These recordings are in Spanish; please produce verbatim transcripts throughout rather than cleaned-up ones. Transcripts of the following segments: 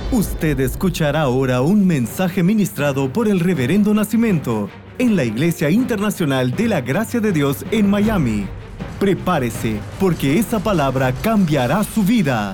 Usted escuchará ahora un mensaje ministrado por el Reverendo Nascimento en la Iglesia Internacional de la Gracia de Dios en Miami. Prepárese, porque esa palabra cambiará su vida.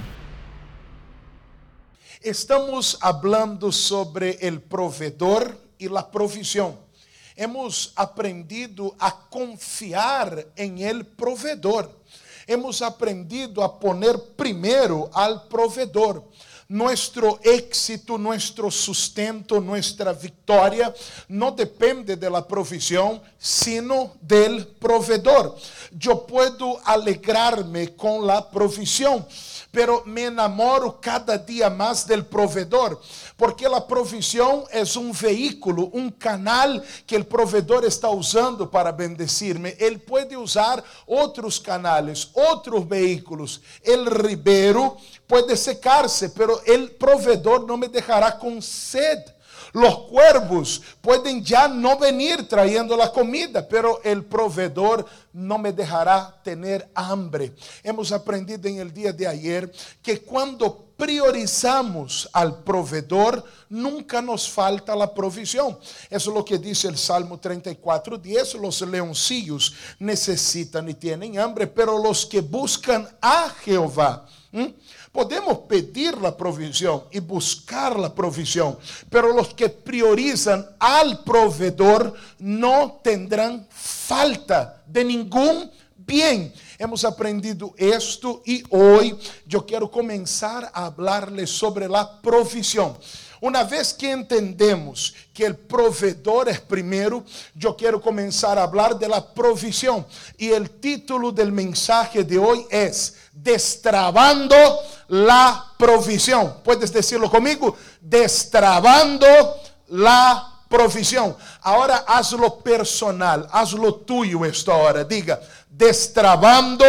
Estamos hablando sobre el proveedor y la provisión. Hemos aprendido a confiar en el proveedor. Hemos aprendido a poner primero al proveedor. Nuestro éxito, nuestro sustento, nuestra victoria no depende de la provisión, sino del proveedor. Yo puedo alegrarme con la provisión, pero me enamoro cada día más del proveedor, porque la provisión es un vehículo, un canal que el proveedor está usando para bendecirme. Él puede usar otros canales, otros vehículos. El ribero puede secarse, pero el proveedor no me dejará con sed. Los cuervos pueden ya no venir trayendo la comida, pero el proveedor no me dejará tener hambre. Hemos aprendido en el día de ayer que cuando priorizamos al proveedor, nunca nos falta la provisión. Eso es lo que dice el Salmo treinta y cuatro, diez. Los leoncillos necesitan y tienen hambre, pero los que buscan a Jehová, ¿m? Podemos pedir la provisión y buscar la provisión, pero los que priorizan al proveedor no tendrán falta de ningún bien. Hemos aprendido esto y hoy yo quiero comenzar a hablarles sobre la provisión. Una vez que entendemos que el proveedor es primero, yo quiero comenzar a hablar de la provisión. Y el título del mensaje de hoy es Destrabando la provisión. ¿Puedes decirlo conmigo? Destrabando la provisión. Ahora hazlo personal, hazlo tuyo esta hora. Diga, destrabando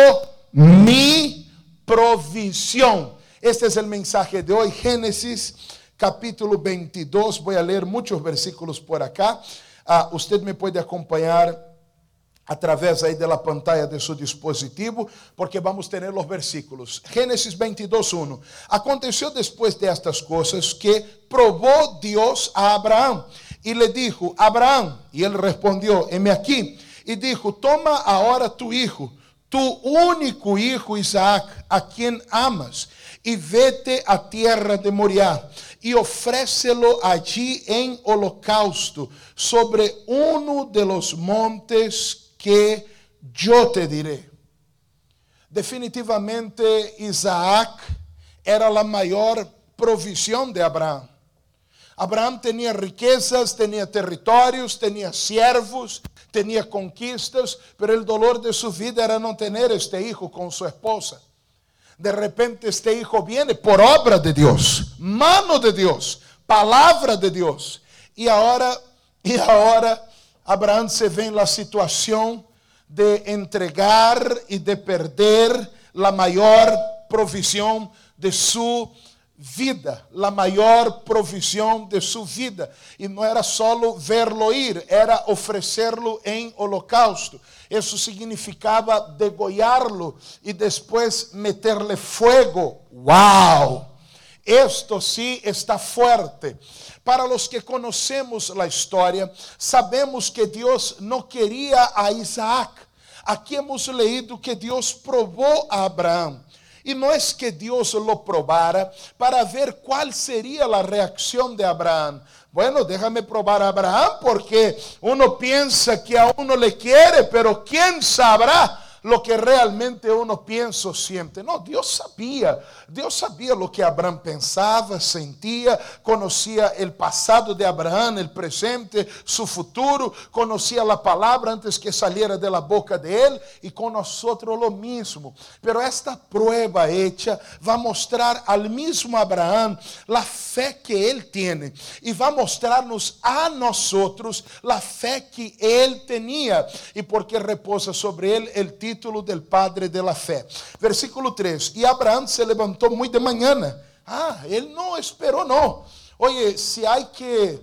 mi provisión. Este es el mensaje de hoy, Génesis capítulo veintidós, voy a leer muchos versículos por acá. Uh, usted me puede acompañar a través ahí de la pantalla de su dispositivo, porque vamos a tener los versículos. Génesis veintidós, uno. Aconteció después de estas cosas que probó Dios a Abraham y le dijo, Abraham, y él respondió, heme aquí, y dijo, toma ahora tu hijo, tu único hijo Isaac, a quien amas, y vete a tierra de Moriah, y ofrécelo allí en holocausto, sobre uno de los montes que yo te diré. Definitivamente Isaac era la mayor provisión de Abraham. Abraham tenía riquezas, tenía territorios, tenía siervos, tenía conquistas, pero el dolor de su vida era no tener este hijo con su esposa. De repente este hijo viene por obra de Dios, mano de Dios, palabra de Dios. Y ahora, y ahora Abraham se ve en la situación de entregar y de perder la mayor provisión de su vida, la mayor provisión de su vida. Y no era solo verlo ir, era ofrecerlo en holocausto. Eso significaba degollarlo y después meterle fuego. ¡Wow! Esto sí está fuerte. Para los que conocemos la historia, sabemos que Dios no quería a Isaac. Aquí hemos leído que Dios probó a Abraham. Y no es que Dios lo probara para ver cuál sería la reacción de Abraham. Bueno, déjame probar a Abraham porque uno piensa que a uno le quiere, pero ¿quién sabrá lo que realmente uno piensa o siente? No, Dios sabía. Dios sabía lo que Abraham pensaba, sentía, conocía el pasado de Abraham, el presente, su futuro, conocía la palabra antes que saliera de la boca de él, y con nosotros lo mismo. Pero esta prueba hecha va a mostrar al mismo Abraham la fe que él tiene, y va a mostrarnos a nosotros la fe que él tenía, y porque reposa sobre él el título del Padre de la Fe. Versículo tres. Y Abraham se levantó muy de mañana. Ah, él no esperó, no. Oye, si hay que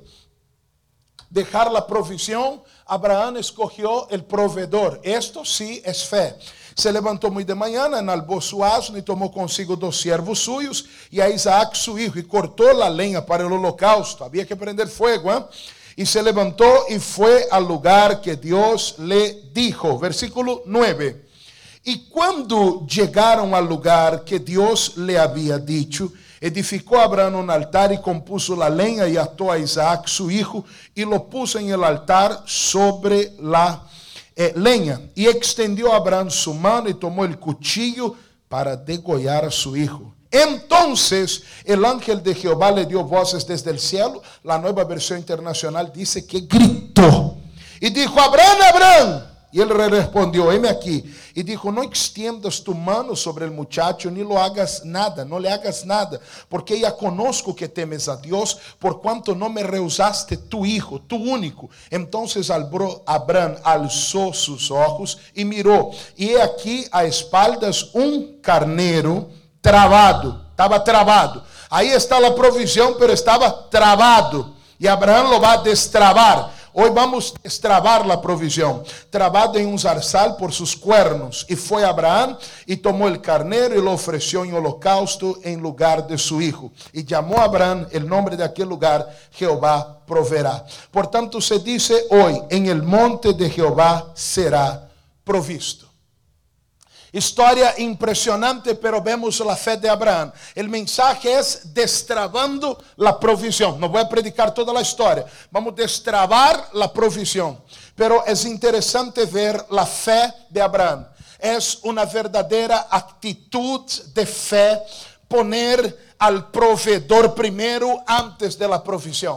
dejar la provisión, Abraham escogió el proveedor. Esto sí es fe. Se levantou muito de manhã, enalbou su asno e tomou consigo dos siervos suyos e a Isaac su hijo e cortou la leña para el holocausto. Había que prender fuego, ¿eh? Y se levantó y fue al lugar que Dios le dijo. Versículo nueve. Y cuando llegaron al lugar que Dios le había dicho, edificó Abraham un altar y compuso la leña y ató a Isaac su hijo y lo puso en el altar sobre la eh, leña. Y extendió Abraham su mano y tomó el cuchillo para degollar a su hijo. Entonces el ángel de Jehová le dio voces desde el cielo. La Nueva Versión Internacional dice que gritó y dijo: Abraham, Abraham. Y él respondió: heme aquí. Y dijo: no extiendas tu mano sobre el muchacho, ni lo hagas nada, no le hagas nada, porque ya conozco que temes a Dios, por cuanto no me rehusaste tu hijo, tu único. Entonces Abraham alzó sus ojos y miró, y he aquí a espaldas un carnero travado, estaba travado. Ahí está la provisión, pero estaba travado. Y Abraham lo va a destrabar. Hoy vamos a destrabar la provisión. Trabado en un zarzal por sus cuernos. Y fue Abraham y tomó el carnero y lo ofreció en holocausto en lugar de su hijo. Y llamó a Abraham el nombre de aquel lugar: Jehová proveerá. Por tanto se dice hoy: en el monte de Jehová será provisto. Historia impresionante, pero vemos la fe de Abraham. El mensaje es destrabando la provisión. No voy a predicar toda la historia. Vamos a destrabar la provisión. Pero es interesante ver la fe de Abraham. Es una verdadera actitud de fe poner al proveedor primero antes de la provisión.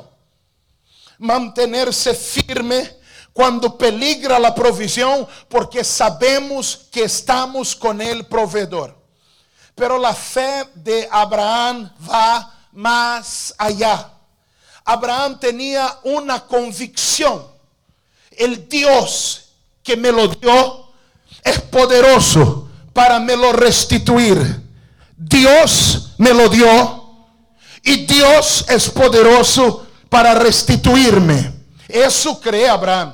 Mantenerse firme cuando peligra la provisión, porque sabemos que estamos con el proveedor. Pero la fe de Abraham va más allá. Abraham tenía una convicción: el Dios que me lo dio es poderoso para me lo restituir. Dios me lo dio y Dios es poderoso para restituirme. Eso cree Abraham.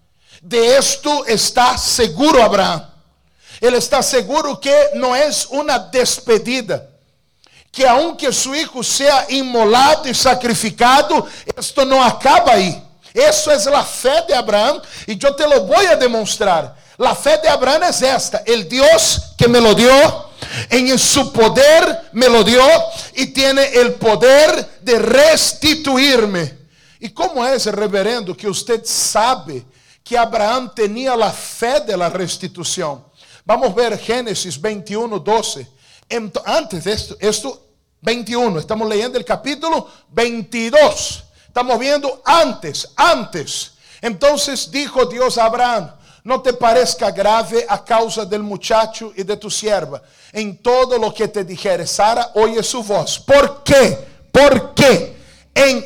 De esto está seguro Abraham. Él está seguro que no es una despedida, que aunque su hijo sea inmolado y sacrificado, esto no acaba ahí. Eso es la fe de Abraham y yo te lo voy a demostrar. La fe de Abraham es esta: el Dios que me lo dio, en su poder me lo dio y tiene el poder de restituirme. ¿Y cómo es, reverendo, que usted sabe que Abraham tenía la fe de la restitución? Vamos a ver Génesis veintiuno, doce. Antes de esto, esto veintiuno, estamos leyendo el capítulo veintidós. Estamos viendo antes, antes. Entonces dijo Dios a Abraham: no te parezca grave a causa del muchacho y de tu sierva. En todo lo que te dijere Sara, oye su voz. ¿Por qué? Porque en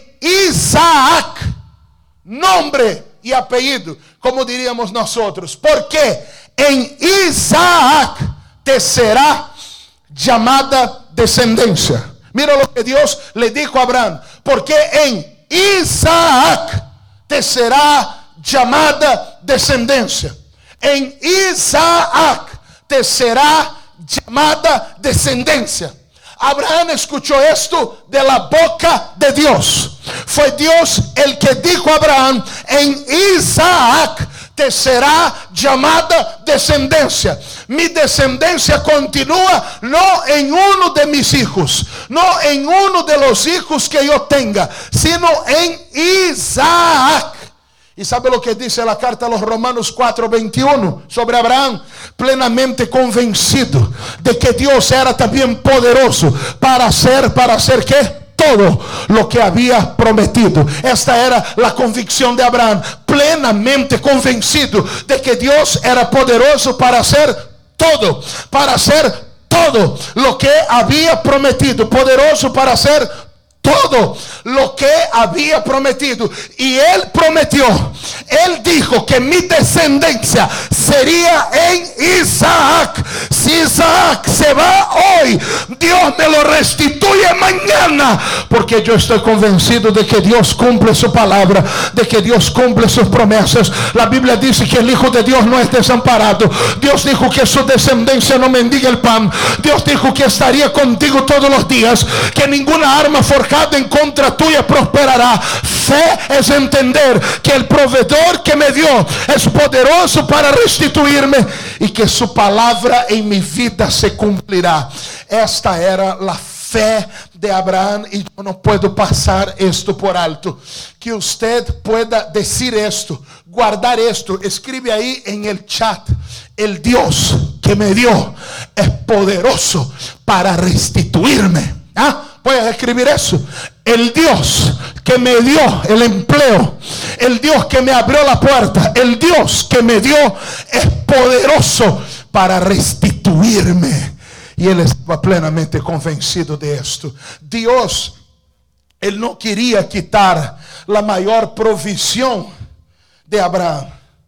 Isaac, nombre y apellido, como diríamos nosotros, porque en Isaac te será llamada descendencia. Mira lo que Dios le dijo a Abraham: porque en Isaac te será llamada descendencia. En Isaac te será llamada descendencia. Abraham escuchó esto de la boca de Dios. Fue Dios el que dijo a Abraham: en Isaac te será llamada descendencia. Mi descendencia continúa no en uno de mis hijos, no en uno de los hijos que yo tenga, sino en Isaac. ¿Y sabe lo que dice la carta a los Romanos cuatro veintiuno sobre Abraham? Plenamente convencido de que Dios era también poderoso para hacer, para hacer ¿qué? Todo lo que había prometido. Esta era la convicción de Abraham, plenamente convencido de que Dios era poderoso para hacer todo, para hacer todo lo que había prometido, poderoso para hacer todo lo que había prometido. Y él prometió, él dijo que mi descendencia sería en Isaac. Si Isaac se va hoy, Dios me lo restituye mañana, porque yo estoy convencido de que Dios cumple su palabra, de que Dios cumple sus promesas. La Biblia dice que el Hijo de Dios no es desamparado. Dios dijo que su descendencia no mendiga el pan. Dios dijo que estaría contigo todos los días, que ninguna arma forjada en contra tuya prosperará. Fe es entender que el proveedor que me dio es poderoso para restituirme y que su palabra en mi vida se cumplirá. Esta era la fe de Abraham y yo no puedo pasar esto por alto. Que usted pueda decir esto, guardar esto, escribe ahí en el chat: el Dios que me dio es poderoso para restituirme. ¿Ah? Puedes escribir eso. El Dios que me dio el empleo, el Dios que me abrió la puerta, el Dios que me dio es poderoso para restituirme. Y él estaba plenamente convencido de esto. Dios, él no quería quitar la mayor provisión de Abraham.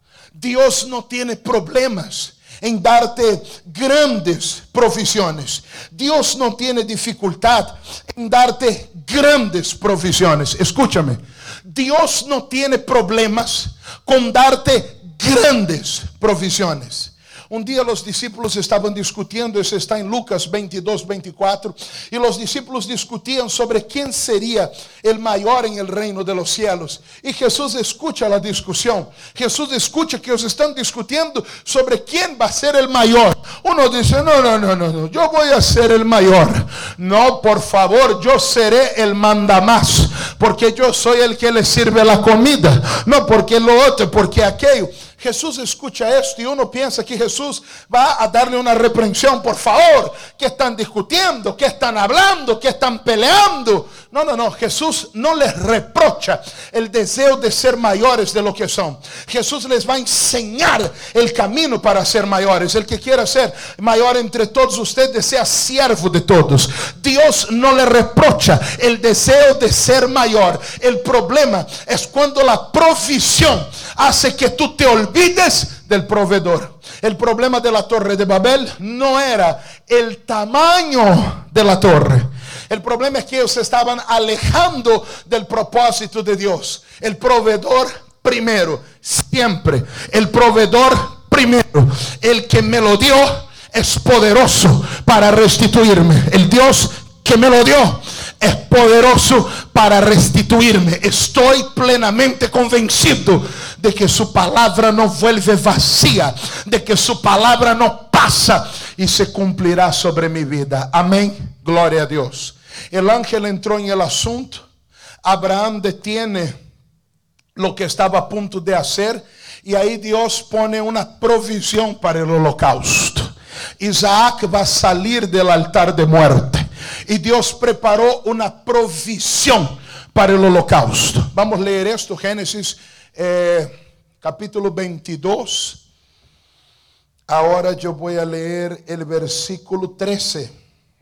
Dios no tiene problemas en darte grandes provisiones. Dios no tiene dificultad en darte grandes provisiones. Escúchame, Dios no tiene problemas con darte grandes provisiones. Un día los discípulos estaban discutiendo, eso está en Lucas veintidós, veinticuatro, y los discípulos discutían sobre quién sería el mayor en el reino de los cielos. Y Jesús escucha la discusión. Jesús escucha que ellos están discutiendo sobre quién va a ser el mayor. Uno dice, no, no, no, no, no, yo voy a ser el mayor. No, por favor, yo seré el mandamás, porque yo soy el que le sirve la comida. No porque lo otro, porque aquello. Jesús escucha esto y uno piensa que Jesús va a darle una reprensión. Por favor, ¿qué están discutiendo? ¿Qué están hablando? ¿Qué están peleando? No, no, no. Jesús no les reprocha el deseo de ser mayores de lo que son. Jesús les va a enseñar el camino para ser mayores. El que quiera ser mayor entre todos ustedes, sea siervo de todos. Dios no le reprocha el deseo de ser mayor. El problema es cuando la provisión hace que tú te olvides del proveedor. El problema de la torre de Babel no era el tamaño de la torre. El problema es que ellos se estaban alejando del propósito de Dios. El proveedor primero, siempre. El proveedor primero. El que me lo dio es poderoso para restituirme. El Dios que me lo dio es poderoso para restituirme. Estoy plenamente convencido de que su palabra no vuelve vacía, de que su palabra no pasa y se cumplirá sobre mi vida. Amén. Gloria a Dios. El ángel entró en el asunto. Abraham detiene lo que estaba a punto de hacer y ahí Dios pone una provisión para el holocausto. Isaac va a salir del altar de muerte y Dios preparó una provisión para el holocausto. Vamos a leer esto, Génesis eh, capítulo veintidós. Ahora yo voy a leer el versículo trece.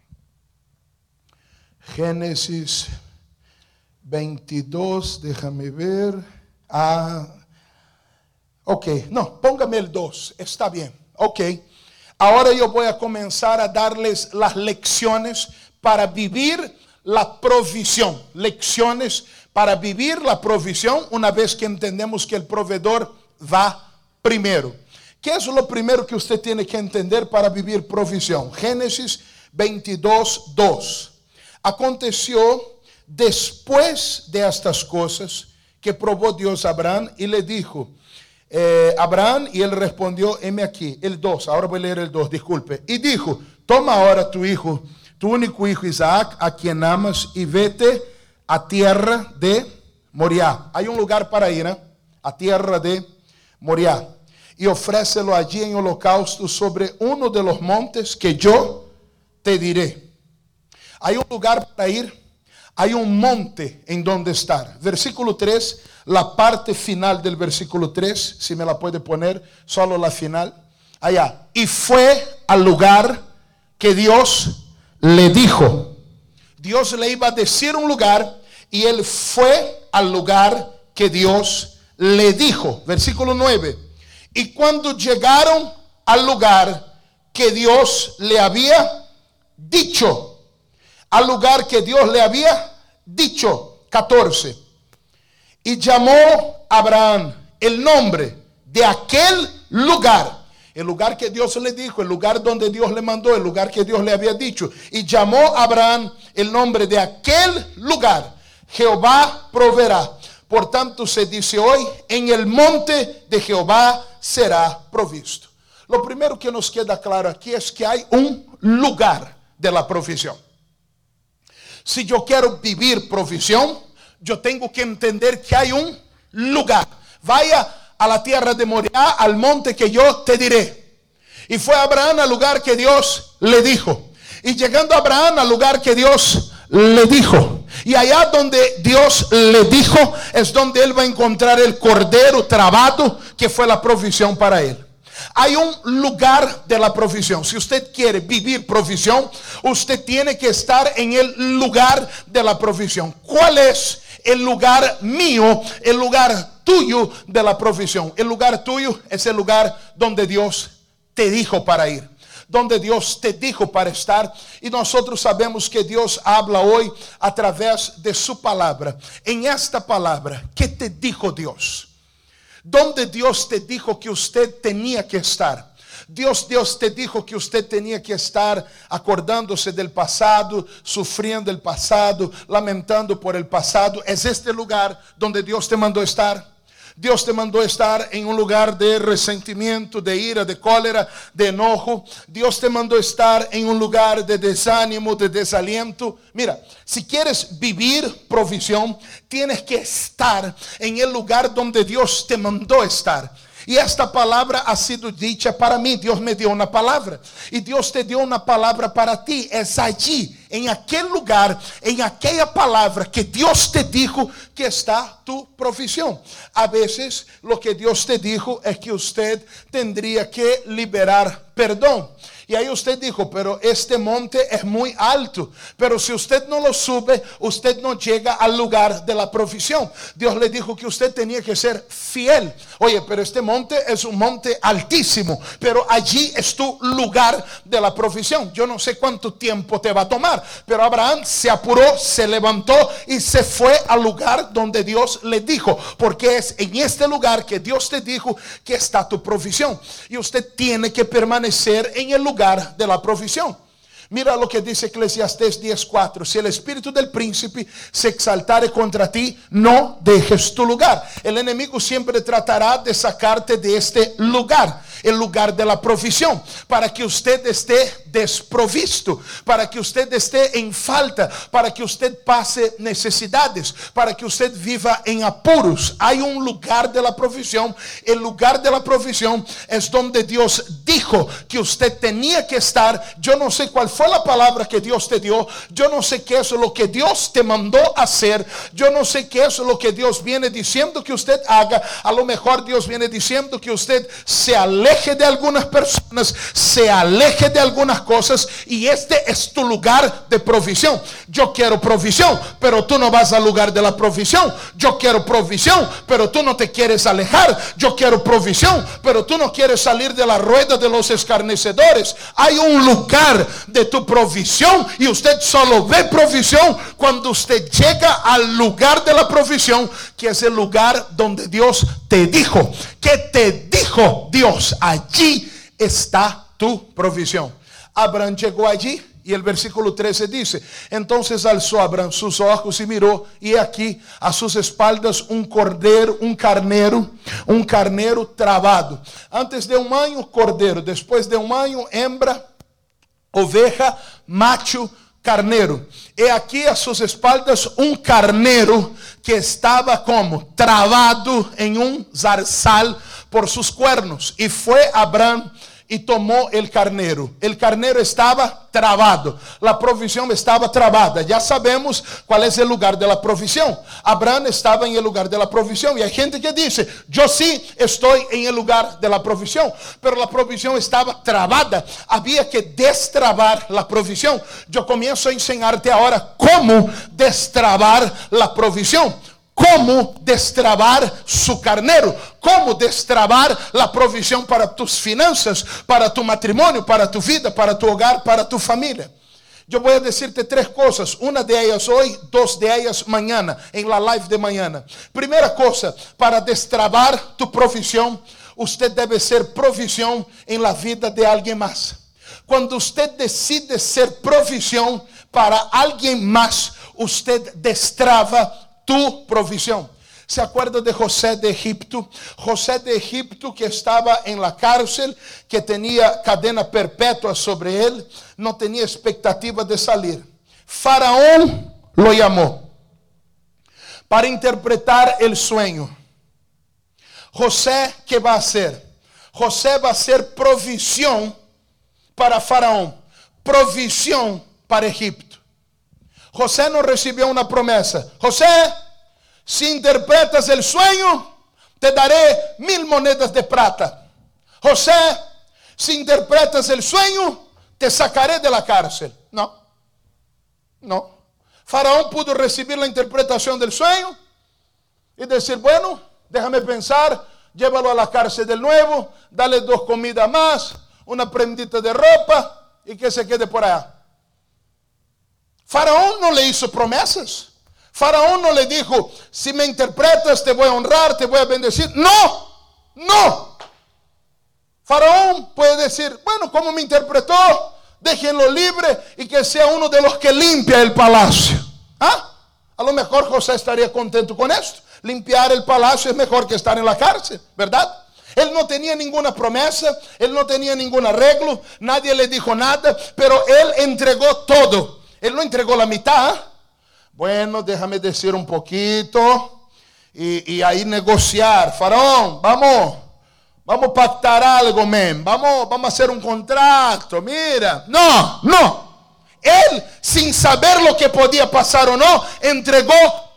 Génesis veintidós, déjame ver. Ah, ok, no, póngame el dos, está bien, ok. Ahora yo voy a comenzar a darles las lecciones para vivir la provisión. Lecciones para vivir la provisión una vez que entendemos que el proveedor va primero. ¿Qué es lo primero que usted tiene que entender para vivir provisión? Génesis veintidós, dos. Aconteció después de estas cosas que probó Dios a Abraham y le dijo, Eh, Abraham, y él respondió, heme aquí, el dos, ahora voy a leer el dos, disculpe, y dijo, toma ahora tu hijo, tu único hijo Isaac, a quien amas, y vete a tierra de Moriah. Hay un lugar para ir, ¿eh? A tierra de Moriah, y ofrécelo allí en holocausto sobre uno de los montes que yo te diré. Hay un lugar para ir, hay un monte en donde estar. Versículo tres, la parte final del versículo tres, si me la puede poner, solo la final. Allá. Y fue al lugar que Dios le dijo. Dios le iba a decir un lugar y él fue al lugar que Dios le dijo. Versículo nueve. Y cuando llegaron al lugar que Dios le había dicho, al lugar que Dios le había dicho, catorce. Y llamó Abraham el nombre de aquel lugar, el lugar que Dios le dijo, el lugar donde Dios le mandó, el lugar que Dios le había dicho. Y llamó Abraham el nombre de aquel lugar, Jehová proveerá. Por tanto se dice hoy, en el monte de Jehová será provisto. Lo primero que nos queda claro aquí es que hay un lugar de la provisión. Si yo quiero vivir provisión, yo tengo que entender que hay un lugar. Vaya a la tierra de Moriah, al monte que yo te diré. Y fue Abraham al lugar que Dios le dijo. Y llegando Abraham al lugar que Dios le dijo, y allá donde Dios le dijo, es donde él va a encontrar el cordero trabado, que fue la provisión para él. Hay un lugar de la provisión. Si usted quiere vivir provisión, usted tiene que estar en el lugar de la provisión. ¿Cuál es el lugar mío, el lugar tuyo de la provisión? El lugar tuyo es el lugar donde Dios te dijo para ir, donde Dios te dijo para estar. Y nosotros sabemos que Dios habla hoy a través de su palabra. En esta palabra, ¿qué te dijo Dios? ¿Dónde Dios te dijo que usted tenía que estar? Dios, Dios te dijo que usted tenía que estar acordándose del pasado, sufriendo el pasado, lamentando por el pasado. ¿Es este lugar donde Dios te mandó estar? Dios te mandó estar en un lugar de resentimiento, de ira, de cólera, de enojo. Dios te mandó estar en un lugar de desánimo, de desaliento. Mira, si quieres vivir provisión, tienes que estar en el lugar donde Dios te mandó estar. Y esta palabra ha sido dicha para mí. Dios me dio una palabra. Y Dios te dio una palabra para ti. Es allí, en aquel lugar, en aquella palabra que Dios te dijo, que está tu provisión. A veces lo que Dios te dijo es que usted tendría que liberar perdón. Y ahí usted dijo, pero este monte es muy alto. Pero si usted no lo sube, usted no llega al lugar de la provisión. Dios le dijo que usted tenía que ser fiel. Oye, pero este monte es un monte altísimo, pero allí es tu lugar de la provisión. Yo no sé cuánto tiempo te va a tomar, pero Abraham se apuró, se levantó y se fue al lugar donde Dios le dijo, porque es en este lugar que Dios te dijo que está tu provisión. Y usted tiene que permanecer en el lugar de la provisión. Mira lo que dice Eclesiastés diez cuatro. Si el espíritu del príncipe se exaltare contra ti, no dejes tu lugar. El enemigo siempre tratará de sacarte de este lugar, el lugar de la provisión, para que usted esté desprovisto, para que usted esté en falta, para que usted pase necesidades, para que usted viva en apuros. Hay un lugar de la provisión. El lugar de la provisión es donde Dios dijo que usted tenía que estar. Yo no sé cuál fue la palabra que Dios te dio. Yo no sé qué es lo que Dios te mandó hacer. Yo no sé qué es lo que Dios viene diciendo que usted haga. A lo mejor Dios viene diciendo que usted se aleje de algunas personas, se aleje de algunas cosas, y este es tu lugar de provisión. Yo quiero provisión, pero tú no vas al lugar de la provisión. Yo quiero provisión, pero tú no te quieres alejar. Yo quiero provisión, pero tú no quieres salir de la rueda de los escarnecedores. Hay un lugar de tu provisión, y usted solo ve provisión cuando usted llega al lugar de la provisión, que es el lugar donde Dios te dijo. ¿Qué te dijo Dios? Allí está tu provisión. Abraham llegó allí, y el versículo trece dice: entonces alzó Abraham sus ojos y miró, y aquí a sus espaldas un cordero, un carnero, un carnero trabado. Antes de un año, cordero; después de un año, hembra, oveja, macho, carnero. He aquí a sus espaldas un carnero que estaba como trabado en un zarzal por sus cuernos. Y fue Abraham y tomó el carnero. El carnero estaba trabado. La provisión estaba trabada. Ya sabemos cuál es el lugar de la provisión. Abraham estaba en el lugar de la provisión. Y hay gente que dice, yo sí estoy en el lugar de la provisión. Pero la provisión estaba trabada. Había que destrabar la provisión. Yo comienzo a enseñarte ahora cómo destrabar la provisión. Cómo destrabar su carnero, cómo destrabar la provisión para tus finanzas, para tu matrimonio, para tu vida, para tu hogar, para tu familia. Yo voy a decirte tres cosas, una de ellas hoy, dos de ellas mañana, en la live de mañana. Primera cosa, para destrabar tu provisión, usted debe ser provisión en la vida de alguien más. Cuando usted decide ser provisión para alguien más, usted destraba tu provisión. ¿Se acuerda de José de Egipto? José de Egipto, que estaba en la cárcel, que tenía cadena perpetua sobre él, no tenía expectativa de salir. Faraón lo llamó para interpretar el sueño. José, ¿qué va a hacer? José va a ser provisión para Faraón, provisión para Egipto. José no recibió una promesa. José, si interpretas el sueño, te daré mil monedas de plata. José, si interpretas el sueño, te sacaré de la cárcel. No, no. Faraón pudo recibir la interpretación del sueño y decir, bueno, déjame pensar, llévalo a la cárcel de nuevo, dale dos comidas más, una prendita de ropa y que se quede por allá. Faraón no le hizo promesas. Faraón no le dijo, si me interpretas te voy a honrar, te voy a bendecir. No, no. Faraón puede decir, bueno, como me interpretó, déjenlo libre y que sea uno de los que limpia el palacio. ¿Ah? A lo mejor José estaría contento con esto. Limpiar el palacio es mejor que estar en la cárcel, ¿verdad? Él no tenía ninguna promesa, él no tenía ningún arreglo, nadie le dijo nada, pero él entregó todo. Él no entregó la mitad. Bueno, déjame decir un poquito y, y ahí negociar. Faraón, vamos, vamos a pactar algo, men. Vamos, vamos a hacer un contrato. Mira, no, no. Él, sin saber lo que podía pasar o no, entregó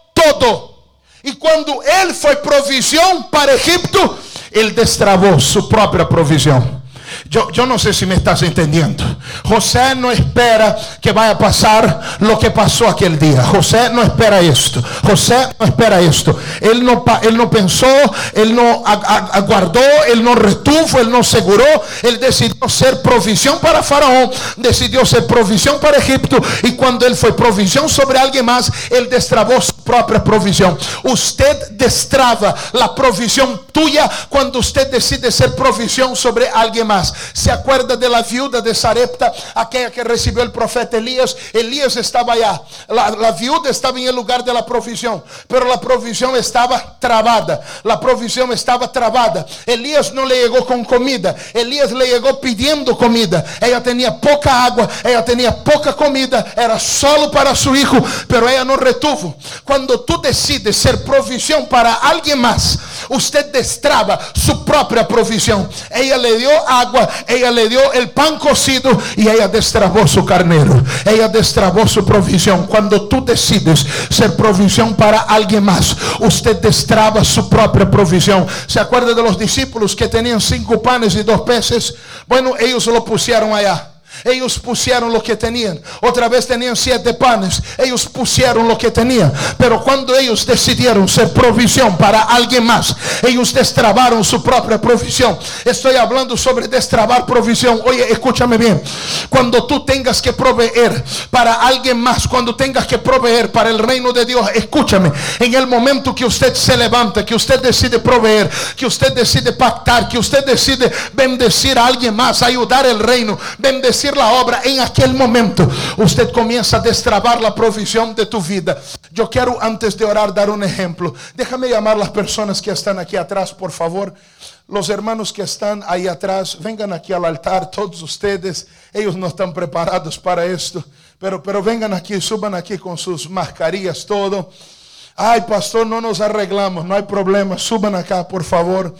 todo. Y cuando él fue provisión para Egipto, él destrabó su propia provisión. Yo, yo no sé si me estás entendiendo. José no espera que vaya a pasar lo que pasó aquel día. José no espera esto. José no espera esto. Él no, él no pensó, él no aguardó, él no retuvo, él no aseguró. Él decidió ser provisión para Faraón, decidió ser provisión para Egipto. Y cuando él fue provisión sobre alguien más, él destrabó su propia provisión. Usted destraba la provisión tuya cuando usted decide ser provisión sobre alguien más. ¿Se acuerda de la viuda de Sarepta, aquella que recibió el profeta Elías? Elías estaba allá, la, la viuda estaba en el lugar de la provisión, pero la provisión estaba trabada. La provisión estaba trabada. Elías no le llegó con comida, Elías le llegó pidiendo comida. Ella tenía poca agua, ella tenía poca comida, era solo para su hijo, pero ella no retuvo. Cuando tú decides ser provisión para alguien más, usted destraba su propia provisión. Ella le dio agua, ella le dio el pan cocido y ella destrabó su carnero. Ella destrabó su provisión. Cuando tú decides ser provisión para alguien más, usted destraba su propia provisión. ¿Se acuerda de los discípulos que tenían cinco panes y dos peces? Bueno, ellos lo pusieron allá. Ellos pusieron lo que tenían. Otra vez tenían siete panes. Ellos pusieron lo que tenían. Pero cuando ellos decidieron ser provisión para alguien más, ellos destrabaron su propia provisión. Estoy hablando sobre destrabar provisión. Oye, escúchame bien. Cuando tú tengas que proveer para alguien más, cuando tengas que proveer para el reino de Dios, escúchame. En el momento que usted se levanta, que usted decide proveer, que usted decide pactar, que usted decide bendecir a alguien más, ayudar el reino, bendecir la obra, en aquel momento usted comienza a destrabar la provisión de tu vida. Yo quiero, antes de orar, dar un ejemplo. Déjame llamar a las personas que están aquí atrás, por favor. Los hermanos que están ahí atrás, vengan aquí al altar, todos ustedes. Ellos no están preparados para esto, pero, pero vengan aquí, suban aquí con sus mascarillas, todo. Ay, pastor, no nos arreglamos, no hay problema, suban acá, por favor.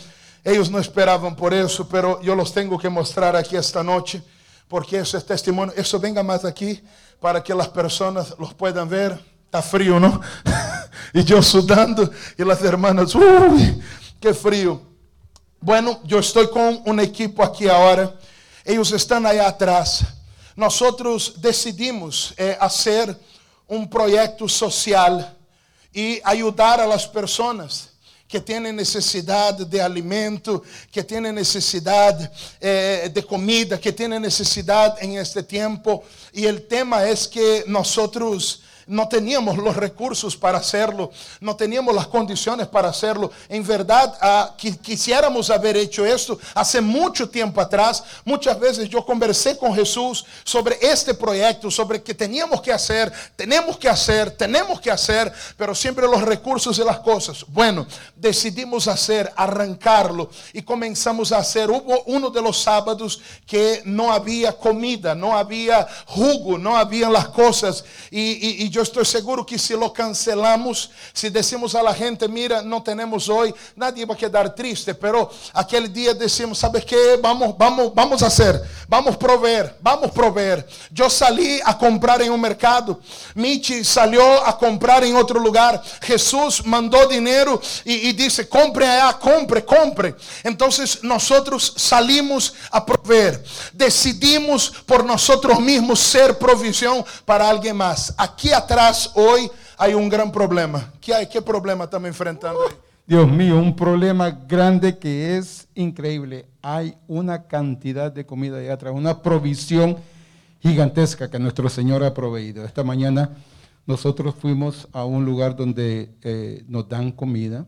Ellos no esperaban por eso, pero yo los tengo que mostrar aquí esta noche, porque eso es testimonio. Eso venga más aquí para que las personas los puedan ver. Está frío, ¿no? Y yo sudando y las hermanas, uy, qué frío. Bueno, yo estoy con un equipo aquí ahora. Ellos están allá atrás. Nosotros decidimos eh, hacer un proyecto social y ayudar a las personas que tienen necesidad de alimento, que tienen necesidad eh, de comida, que tienen necesidad en este tiempo. Y el tema es que nosotros no teníamos los recursos para hacerlo, no teníamos las condiciones para hacerlo. En verdad, uh, qu- quisiéramos haber hecho esto hace mucho tiempo atrás. Muchas veces yo conversé con Jesús sobre este proyecto, sobre que teníamos que hacer, tenemos que hacer, tenemos que hacer, pero siempre los recursos y las cosas. Bueno, decidimos hacer, arrancarlo y comenzamos a hacer. Hubo uno de los sábados que no había comida, no había jugo, no había las cosas y, y, y yo estoy seguro que si lo cancelamos, si decimos a la gente, mira, no tenemos hoy, nadie va a quedar triste, pero aquel día decimos, ¿sabes qué? Vamos, vamos, vamos a hacer, vamos a proveer, vamos a proveer. Yo salí a comprar en un mercado, Michi salió a comprar en otro lugar, Jesús mandó dinero y, y dice, compre allá, compre, compre. Entonces nosotros salimos a proveer, decidimos por nosotros mismos ser provisión para alguien más. Aquí atrás hoy hay un gran problema. ¿Qué hay? ¿Qué problema estamos enfrentando ahí? Dios mío, un problema grande que es increíble. Hay una cantidad de comida allá atrás, una provisión gigantesca que nuestro Señor ha proveído. Esta mañana nosotros fuimos a un lugar donde eh, nos dan comida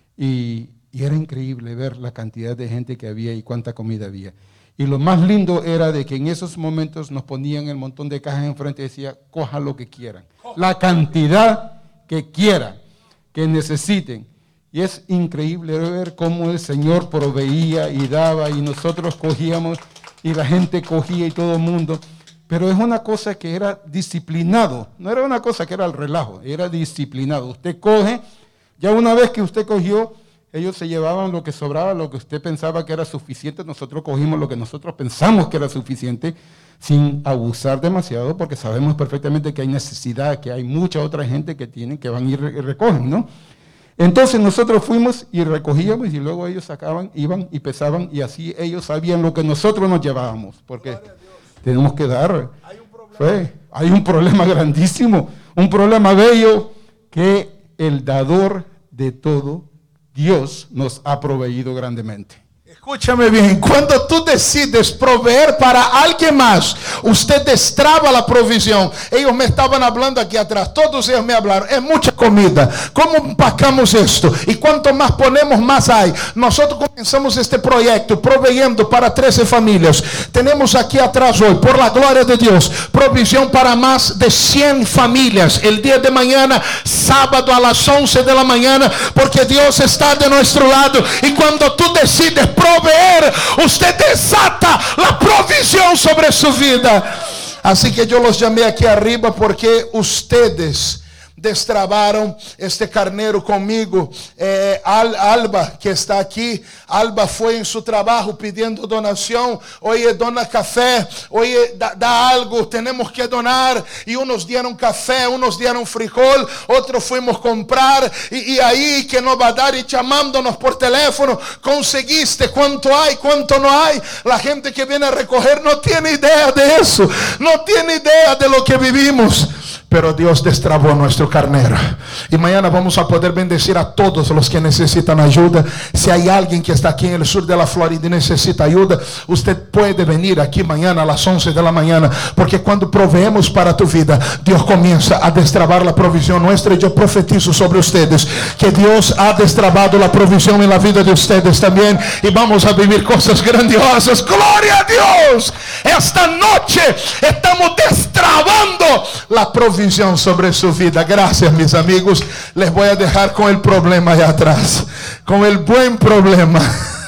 y, y era increíble ver la cantidad de gente que había y cuánta comida había. Y lo más lindo era de que en esos momentos nos ponían el montón de cajas enfrente y decía, coja lo que quieran, la cantidad que quieran, que necesiten. Y es increíble ver cómo el Señor proveía y daba y nosotros cogíamos y la gente cogía y todo el mundo. Pero es una cosa que era disciplinado, no era una cosa que era al relajo, era disciplinado. Usted coge, ya una vez que usted cogió, ellos se llevaban lo que sobraba, lo que usted pensaba que era suficiente. Nosotros cogimos lo que nosotros pensamos que era suficiente sin abusar demasiado, porque sabemos perfectamente que hay necesidad, que hay mucha otra gente que tienen, que van y recogen, ¿no? Entonces nosotros fuimos y recogíamos y luego ellos sacaban, iban y pesaban y así ellos sabían lo que nosotros nos llevábamos, porque tenemos que dar. Hay un problema, fe, hay un problema grandísimo, un problema bello que el dador de todo, Dios nos ha proveído grandemente. Escúchame bien, cuando tú decides proveer para alguien más, usted destraba la provisión. Ellos me estaban hablando aquí atrás, todos ellos me hablaron, es mucha comida, ¿cómo empacamos esto? Y cuanto más ponemos, más hay. Nosotros comenzamos este proyecto proveyendo para trece familias. Tenemos aquí atrás hoy, por la gloria de Dios, provisión para más de cien familias. El día de mañana, sábado a las once de la mañana, porque Dios está de nuestro lado. Y cuando tú decides proveer, usted desata la provisión sobre su vida. Así que yo los llamé aquí arriba porque ustedes destrabaron este carnero conmigo. eh, Al, Alba, que está aquí, Alba fue en su trabajo pidiendo donación. Oye, dona café, oye, da, da algo, tenemos que donar. Y unos dieron café, unos dieron frijol, otros fuimos a comprar. Y, y ahí que nos va a dar y llamándonos por teléfono, conseguiste, cuánto hay, cuánto no hay. La gente que viene a recoger no tiene idea de eso, no tiene idea de lo que vivimos. Pero Dios destrabó nuestro carnero. Y mañana vamos a poder bendecir a todos los que necesitan ayuda. Si hay alguien que está aquí en el sur de la Florida y necesita ayuda, usted puede venir aquí mañana a las once de la mañana. Porque cuando proveemos para tu vida, Dios comienza a destrabar la provisión nuestra. Y yo profetizo sobre ustedes que Dios ha destrabado la provisión en la vida de ustedes también. Y vamos a vivir cosas grandiosas. ¡Gloria a Dios! Esta noche estamos destrabando la provisión sobre su vida. Gracias, mis amigos. Les voy a dejar con el problema allá atrás, con el buen problema.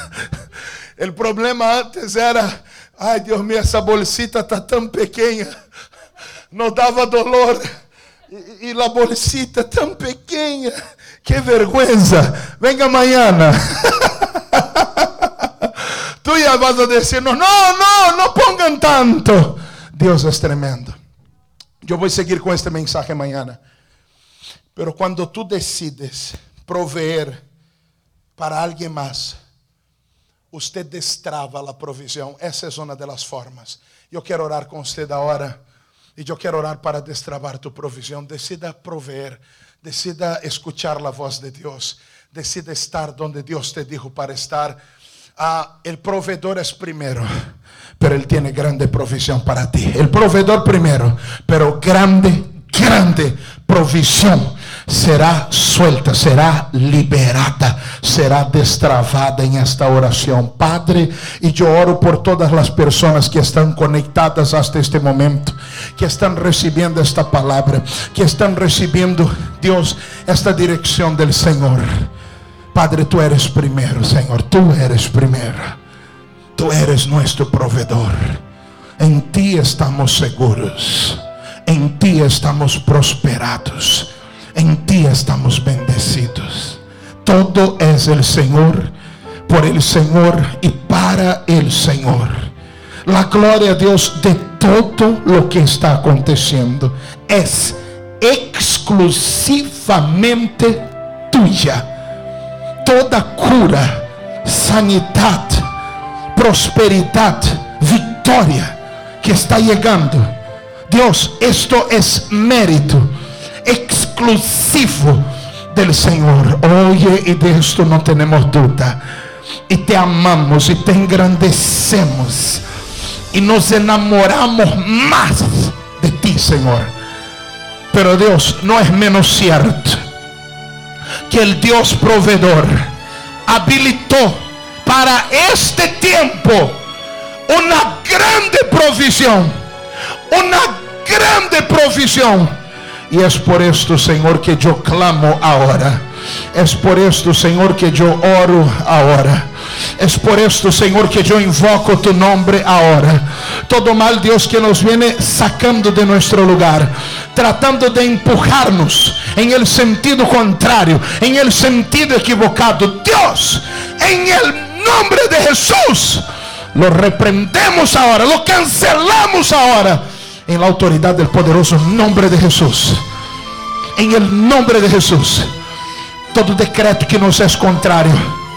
El problema antes era, ay Dios mío, esa bolsita está tan pequeña, nos daba dolor. Y, y la bolsita tan pequeña, qué vergüenza. Venga mañana. Tú ya vas a decirnos, no, no, no pongan tanto. Dios es tremendo. Yo voy a seguir con este mensaje mañana. Pero cuando tú decides proveer para alguien más, usted destraba la provisión. Esa es una de las formas. Yo quiero orar con usted ahora. Y yo quiero orar para destrabar tu provisión. Decida proveer. Decida escuchar la voz de Dios. Decida estar donde Dios te dijo para estar. Ah, el proveedor es primero, pero Él tiene grande provisión para ti. El proveedor primero, pero grande, grande provisión será suelta, será liberada, será destrabada en esta oración. Padre, y yo oro por todas las personas que están conectadas hasta este momento, que están recibiendo esta palabra, que están recibiendo, Dios, esta dirección del Señor. Padre, tú eres primero, Señor, tú eres primero. Tú eres nuestro proveedor. En ti estamos seguros. En ti estamos prosperados. En ti estamos bendecidos. Todo es el Señor, por el Señor y para el Señor. La gloria a Dios de todo lo que está aconteciendo es exclusivamente tuya. Toda cura, sanidad, prosperidad, victoria que está llegando, Dios, esto es mérito exclusivo del Señor. Oye, y de esto no tenemos duda. Y te amamos y te engrandecemos y nos enamoramos más de ti, Señor. Pero Dios, no es menos cierto que el Dios proveedor habilitó para este tiempo una grande provisión, una grande provisión. Y es por esto, Señor, que yo clamo ahora. Es por esto, Señor, que yo oro ahora. Es por esto, Señor, que yo invoco tu nombre ahora. Todo mal, Dios, que nos viene sacando de nuestro lugar, tratando de empujarnos en el sentido contrario, en el sentido equivocado, Dios, en el nombre de Jesús, lo reprendemos ahora, lo cancelamos ahora, en la autoridad del poderoso nombre de Jesús. En el nombre de Jesús, todo decreto que nos es contrario,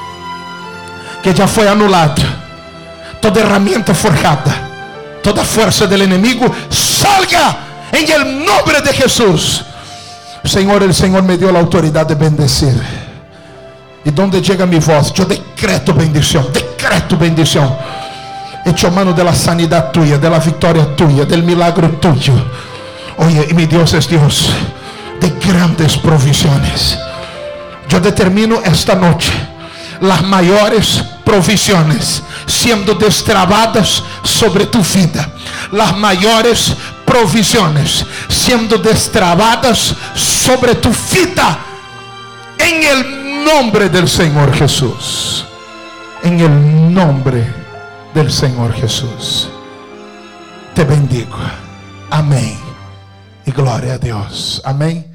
que ya fue anulado, toda herramienta forjada, toda fuerza del enemigo, salga en el nombre de Jesús. Señor, el Señor me dio la autoridad de bendecir. Y donde llega mi voz, yo decreto bendición, decreto bendición. Echo mano de la sanidad tuya, de la victoria tuya, del milagro tuyo. Oye, y mi Dios es Dios de grandes provisiones. Yo determino esta noche las mayores provisiones siendo destrabadas sobre tu vida. Las mayores provisiones siendo destrabadas sobre tu vida. En el nombre del Señor Jesús. En el nombre del Señor Jesús. Te bendigo. Amén. Y gloria a Dios. Amén.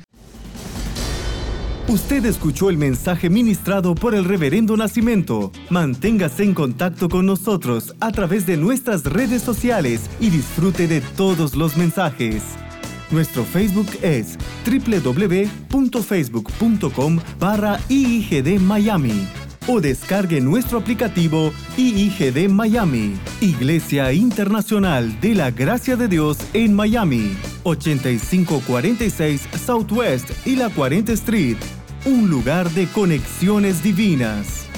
Usted escuchó el mensaje ministrado por el Reverendo Nascimento. Manténgase en contacto con nosotros a través de nuestras redes sociales y disfrute de todos los mensajes. Nuestro Facebook es doble u doble u doble u punto facebook punto com barra I I G D Miami o descargue nuestro aplicativo I I G D Miami, Iglesia Internacional de la Gracia de Dios en Miami, ochenta y cinco cuarenta y seis Southwest y la cuarenta Street, un lugar de conexiones divinas.